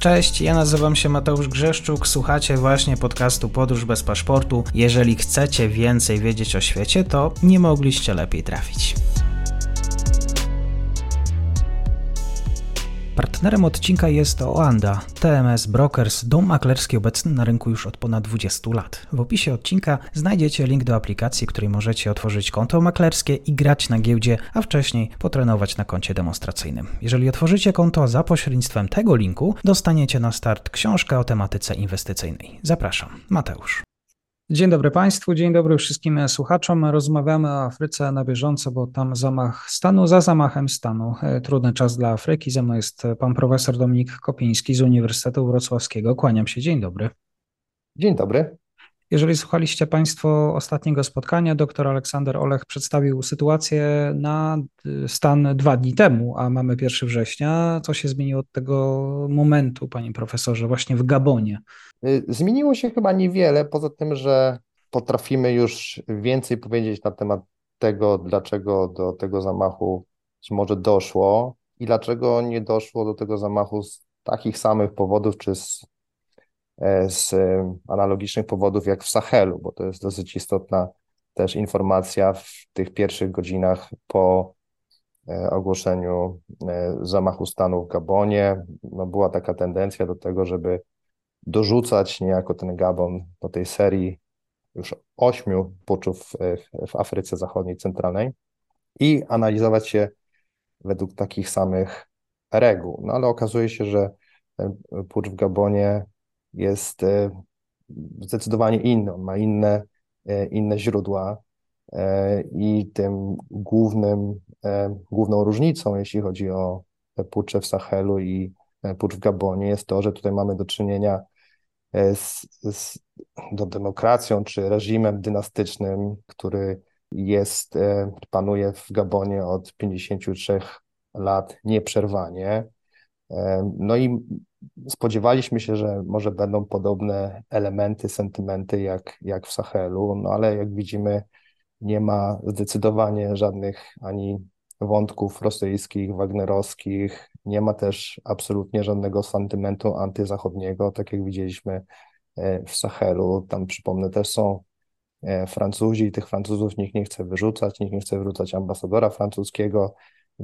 Cześć, ja nazywam się Mateusz Grzeszczuk, słuchacie właśnie podcastu Podróż bez paszportu. Jeżeli chcecie więcej wiedzieć o świecie, to nie mogliście lepiej trafić. Partnerem odcinka jest Oanda, TMS Brokers, dom maklerski obecny na rynku już od ponad 20 lat. W opisie odcinka znajdziecie link do aplikacji, w której możecie otworzyć konto maklerskie i grać na giełdzie, a wcześniej potrenować na koncie demonstracyjnym. Jeżeli otworzycie konto za pośrednictwem tego linku, dostaniecie na start książkę o tematyce inwestycyjnej. Zapraszam, Mateusz. Dzień dobry Państwu, dzień dobry wszystkim słuchaczom. Rozmawiamy o Afryce na bieżąco, bo tam zamach stanu za zamachem stanu. Trudny czas dla Afryki. Ze mną jest pan profesor Dominik Kopiński z Uniwersytetu Wrocławskiego. Kłaniam się, dzień dobry. Dzień dobry. Jeżeli słuchaliście Państwo ostatniego spotkania, dr Aleksander Olech przedstawił sytuację na stan 2 dni temu, a mamy 1 września. Co się zmieniło od tego momentu, panie profesorze, właśnie w Gabonie? Zmieniło się chyba niewiele, poza tym, że potrafimy już więcej powiedzieć na temat tego, dlaczego do tego zamachu być może doszło i dlaczego nie doszło do tego zamachu z takich samych powodów, czy z analogicznych powodów jak w Sahelu, bo to jest dosyć istotna też informacja w tych pierwszych godzinach po ogłoszeniu zamachu stanu w Gabonie. No, była taka tendencja do tego, żeby dorzucać niejako ten Gabon do tej serii już 8 puczów w Afryce Zachodniej, Centralnej i analizować je według takich samych reguł. No ale okazuje się, że ten pucz w Gabonie jest zdecydowanie inny, on ma inne źródła i tym główną różnicą, jeśli chodzi o pucze w Sahelu i pucz w Gabonie, jest to, że tutaj mamy do czynienia z demokracją czy reżimem dynastycznym, który panuje w Gabonie od 53 lat nieprzerwanie. No i spodziewaliśmy się, że może będą podobne elementy, sentymenty jak w Sahelu, no ale jak widzimy, nie ma zdecydowanie żadnych ani wątków rosyjskich, wagnerowskich, nie ma też absolutnie żadnego sentymentu antyzachodniego, tak jak widzieliśmy w Sahelu. Tam, przypomnę, też są Francuzi i tych Francuzów nikt nie chce wyrzucać, nikt nie chce wyrzucać ambasadora francuskiego,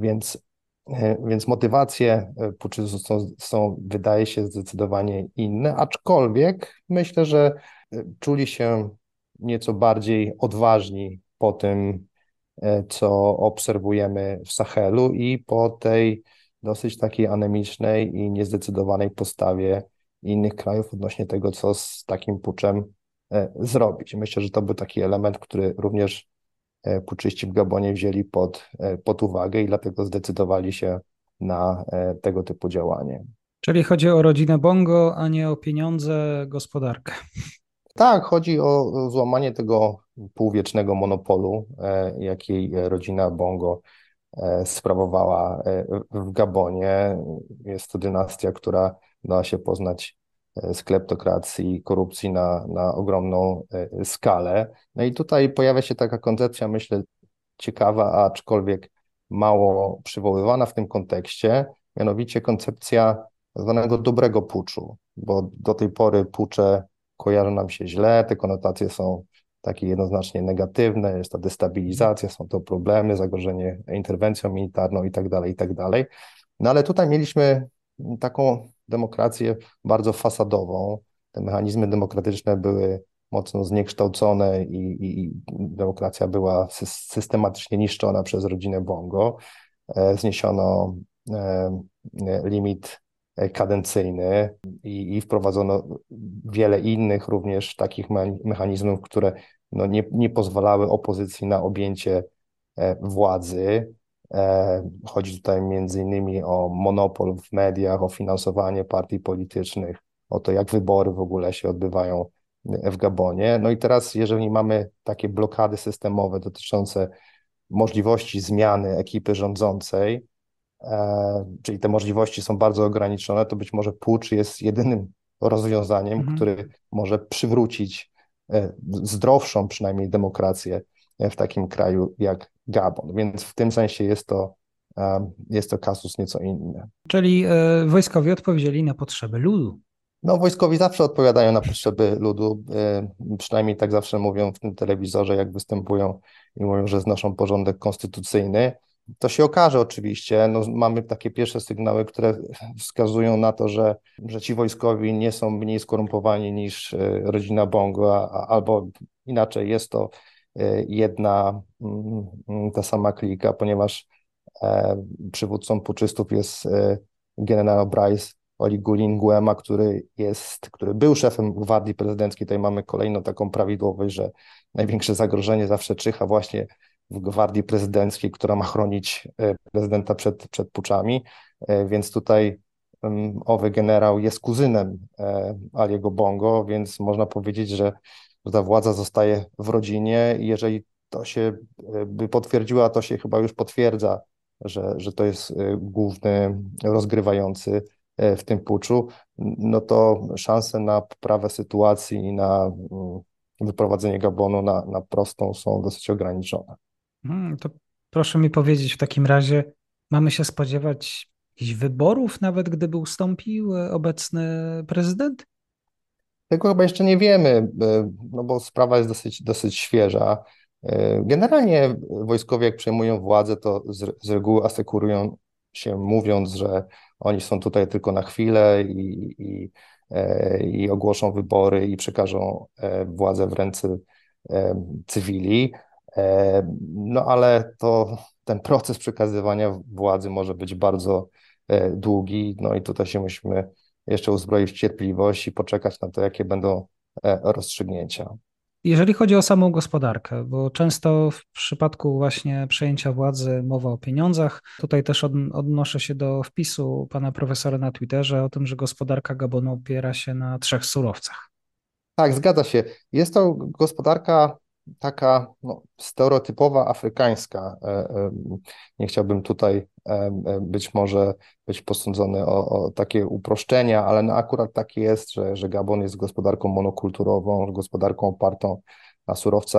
więc motywacje puczystów są, wydaje się, zdecydowanie inne, aczkolwiek myślę, że czuli się nieco bardziej odważni po tym, co obserwujemy w Sahelu i po tej dosyć takiej anemicznej i niezdecydowanej postawie innych krajów odnośnie tego, co z takim puczem zrobić. Myślę, że to był taki element, który również puczyści w Gabonie wzięli pod uwagę i dlatego zdecydowali się na tego typu działanie. Czyli chodzi o rodzinę Bongo, a nie o pieniądze, gospodarkę. Tak, chodzi o złamanie tego półwiecznego monopolu, jakiej rodzina Bongo sprawowała w Gabonie. Jest to dynastia, która dała się poznać z kleptokracji i korupcji na ogromną skalę. No i tutaj pojawia się taka koncepcja, myślę, ciekawa, aczkolwiek mało przywoływana w tym kontekście, mianowicie koncepcja zwanego dobrego puczu, bo do tej pory pucze kojarzą nam się źle, te konotacje są takie jednoznacznie negatywne, jest to destabilizacja, są to problemy, zagrożenie interwencją militarną i tak dalej, i tak dalej. No ale tutaj mieliśmy taką demokrację bardzo fasadową. Te mechanizmy demokratyczne były mocno zniekształcone i demokracja była systematycznie niszczona przez rodzinę Bongo. Zniesiono limit kadencyjny i wprowadzono wiele innych również takich mechanizmów, które no nie pozwalały opozycji na objęcie władzy. Chodzi tutaj między innymi o monopol w mediach, o finansowanie partii politycznych, o to, jak wybory w ogóle się odbywają w Gabonie. No i teraz, jeżeli mamy takie blokady systemowe dotyczące możliwości zmiany ekipy rządzącej, czyli te możliwości są bardzo ograniczone, to być może pucz jest jedynym rozwiązaniem, który może przywrócić zdrowszą przynajmniej demokrację w takim kraju jak Gabon. Więc w tym sensie jest to jest to kasus nieco inny. Czyli wojskowi odpowiedzieli na potrzeby ludu. No, wojskowi zawsze odpowiadają na potrzeby ludu, przynajmniej tak zawsze mówią w tym telewizorze, jak występują i mówią, że znoszą porządek konstytucyjny. To się okaże oczywiście. No, mamy takie pierwsze sygnały, które wskazują na to, że ci wojskowi nie są mniej skorumpowani niż rodzina Bongo, albo inaczej, jest to ta sama klika, ponieważ przywódcą puczystów jest generał Bryce Oligui Nguema, który był szefem gwardii prezydenckiej. Tutaj mamy kolejną taką prawidłowość, że największe zagrożenie zawsze czyha właśnie w gwardii prezydenckiej, która ma chronić prezydenta przed puczami, więc tutaj owy generał jest kuzynem Aliego Bongo, więc można powiedzieć, że ta władza zostaje w rodzinie i jeżeli to się by potwierdziła, to się chyba już potwierdza, że to jest główny rozgrywający w tym puczu, no to szanse na poprawę sytuacji i na wyprowadzenie Gabonu na prostą są dosyć ograniczone. To proszę mi powiedzieć w takim razie, mamy się spodziewać jakichś wyborów, nawet gdyby ustąpił obecny prezydent? Tego chyba jeszcze nie wiemy, no bo sprawa jest dosyć świeża. Generalnie wojskowie, jak przejmują władzę, to z reguły asekurują się, mówiąc, że oni są tutaj tylko na chwilę i ogłoszą wybory i przekażą władzę w ręce cywili. No ale ten proces przekazywania władzy może być bardzo długi, no i tutaj się musimy jeszcze uzbroić w cierpliwość i poczekać na to, jakie będą rozstrzygnięcia. Jeżeli chodzi o samą gospodarkę, bo często w przypadku właśnie przejęcia władzy mowa o pieniądzach, tutaj też odnoszę się do wpisu pana profesora na Twitterze o tym, że gospodarka Gabonu opiera się na trzech surowcach. Tak, zgadza się. Jest to gospodarka taka stereotypowa afrykańska. Nie chciałbym tutaj być może być posądzony o takie uproszczenia, ale no akurat tak jest, że Gabon jest gospodarką monokulturową, gospodarką opartą na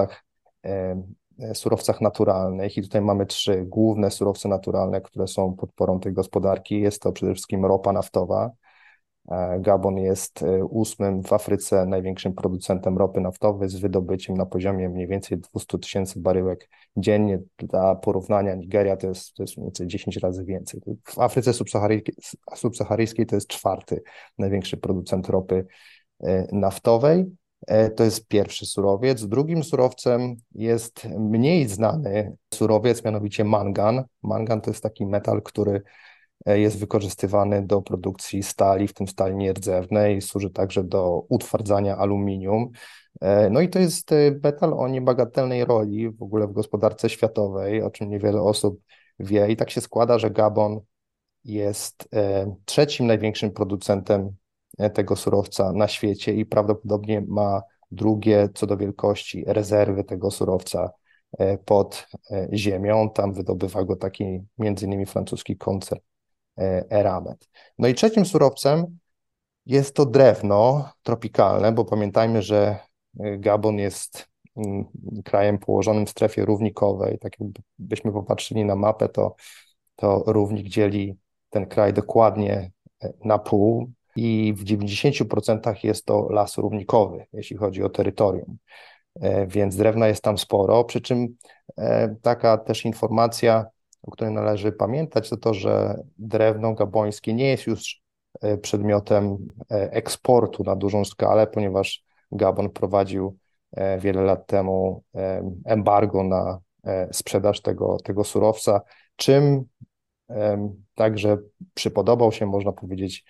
surowcach naturalnych i tutaj mamy trzy główne surowce naturalne, które są podporą tej gospodarki. Jest to przede wszystkim ropa naftowa. Gabon jest ósmym w Afryce największym producentem ropy naftowej z wydobyciem na poziomie mniej więcej 200 000 baryłek dziennie. Dla porównania Nigeria to jest mniej więcej 10 razy więcej. W Afryce subsaharyjskiej to jest czwarty największy producent ropy naftowej. To jest pierwszy surowiec. Drugim surowcem jest mniej znany surowiec, mianowicie mangan. Mangan to jest taki metal, który jest wykorzystywany do produkcji stali, w tym stali nierdzewnej, służy także do utwardzania aluminium. No i to jest metal o niebagatelnej roli w ogóle w gospodarce światowej, o czym niewiele osób wie. I tak się składa, że Gabon jest trzecim największym producentem tego surowca na świecie i prawdopodobnie ma drugie co do wielkości rezerwy tego surowca pod ziemią. Tam wydobywa go taki między innymi francuski koncern Eramet. No i trzecim surowcem jest to drewno tropikalne, bo pamiętajmy, że Gabon jest krajem położonym w strefie równikowej. Tak jakbyśmy popatrzyli na mapę, to równik dzieli ten kraj dokładnie na pół i w 90% jest to las równikowy, jeśli chodzi o terytorium. Więc drewna jest tam sporo, przy czym taka też informacja, o której należy pamiętać, to, że drewno gabońskie nie jest już przedmiotem eksportu na dużą skalę, ponieważ Gabon prowadził wiele lat temu embargo na sprzedaż tego surowca, czym także przypodobał się, można powiedzieć,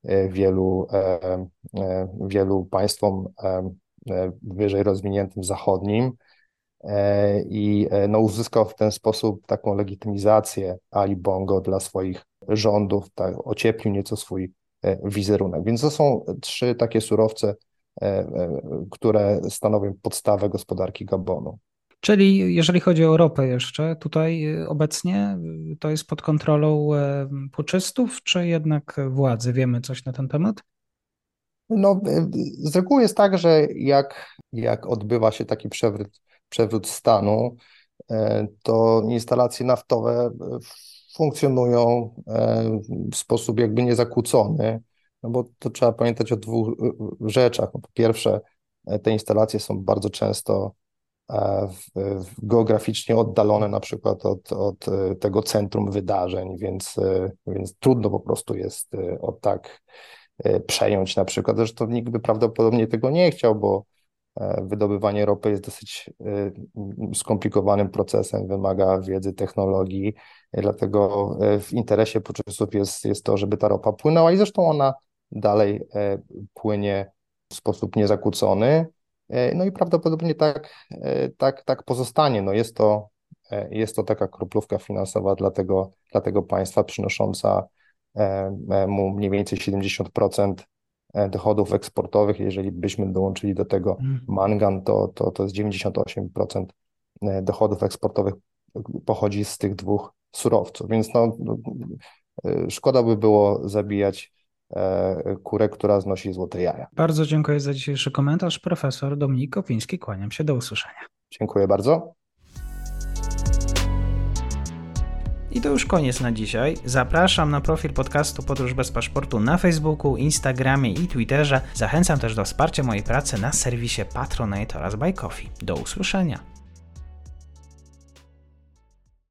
wielu państwom wyżej rozwiniętym zachodnim i uzyskał w ten sposób taką legitymizację Ali Bongo dla swoich rządów, tak, ocieplił nieco swój wizerunek. Więc to są trzy takie surowce, które stanowią podstawę gospodarki Gabonu. Czyli jeżeli chodzi o ropę jeszcze, tutaj obecnie to jest pod kontrolą puczystów, czy jednak władzy? Wiemy coś na ten temat? No, z reguły jest tak, że jak odbywa się taki przewrót stanu, to instalacje naftowe funkcjonują w sposób jakby niezakłócony, no bo to trzeba pamiętać o dwóch rzeczach. No, po pierwsze, te instalacje są bardzo często geograficznie oddalone na przykład od tego centrum wydarzeń, więc trudno po prostu jest od tak przejąć na przykład. Zresztą nikt by prawdopodobnie tego nie chciał, bo wydobywanie ropy jest dosyć skomplikowanym procesem, wymaga wiedzy, technologii, dlatego w interesie Puczysów jest to, żeby ta ropa płynęła i zresztą ona dalej płynie w sposób niezakłócony. No i prawdopodobnie tak pozostanie. No jest to taka kroplówka finansowa dla tego państwa, przynosząca mu mniej więcej 70% dochodów eksportowych. Jeżeli byśmy dołączyli do tego mangan, to jest 98% dochodów eksportowych pochodzi z tych dwóch surowców. Więc szkoda by było zabijać kurę, która znosi złote jaja. Bardzo dziękuję za dzisiejszy komentarz. Profesor Dominik Kopiński, kłaniam się, do usłyszenia. Dziękuję bardzo. I to już koniec na dzisiaj. Zapraszam na profil podcastu Podróż bez paszportu na Facebooku, Instagramie i Twitterze. Zachęcam też do wsparcia mojej pracy na serwisie Patronite oraz Buy Coffee. Do usłyszenia.